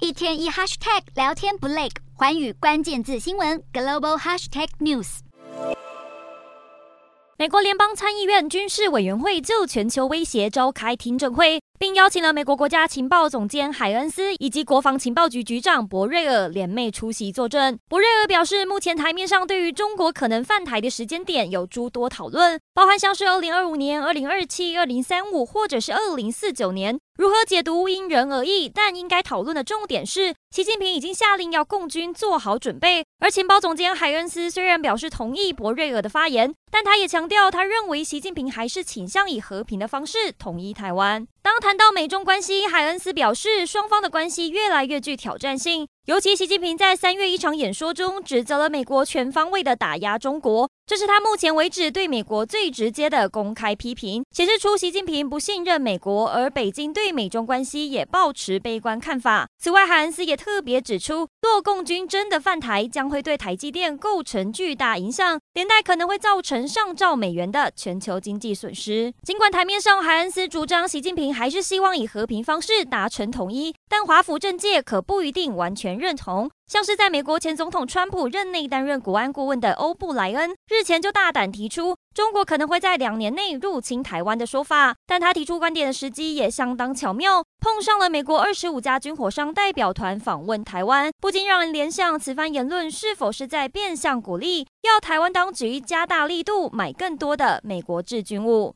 一天一 hashtag 聊天不累，寰宇关键字新闻 global hashtag news。 美国联邦参议院军事委员会就全球威胁召开听证会，并邀请了美国国家情报总监海恩斯以及国防情报局局长博瑞尔联袂出席作证。博瑞尔表示，目前台面上对于中国可能犯台的时间点有诸多讨论，包含像是2025年、2027、2035或者是2049年。如何解读因人而异，但应该讨论的重点是，习近平已经下令要共军做好准备。而情报总监海恩斯虽然表示同意博瑞尔的发言，但他也强调，他认为习近平还是倾向以和平的方式统一台湾。当谈到美中关系，海恩斯表示，双方的关系越来越具挑战性。尤其习近平在3月一场演说中指责了美国全方位的打压中国，这是他目前为止对美国最直接的公开批评，显示出习近平不信任美国，而北京对美中关系也抱持悲观看法。此外，海恩斯也特别指出，若共军真的犯台，将会对台积电构成巨大影响，连带可能会造成上兆美元的全球经济损失。尽管台面上海恩斯主张习近平还是希望以和平方式达成统一，但华府政界可不一定完全认同。像是在美国前总统川普任内担任国安顾问的欧布莱恩，日前就大胆提出中国可能会在2年内入侵台湾的说法，但他提出观点的时机也相当巧妙，碰上了美国25家军火商代表团访问台湾，不禁让人联想此番言论是否是在变相鼓励要台湾当局加大力度买更多的美国制军务。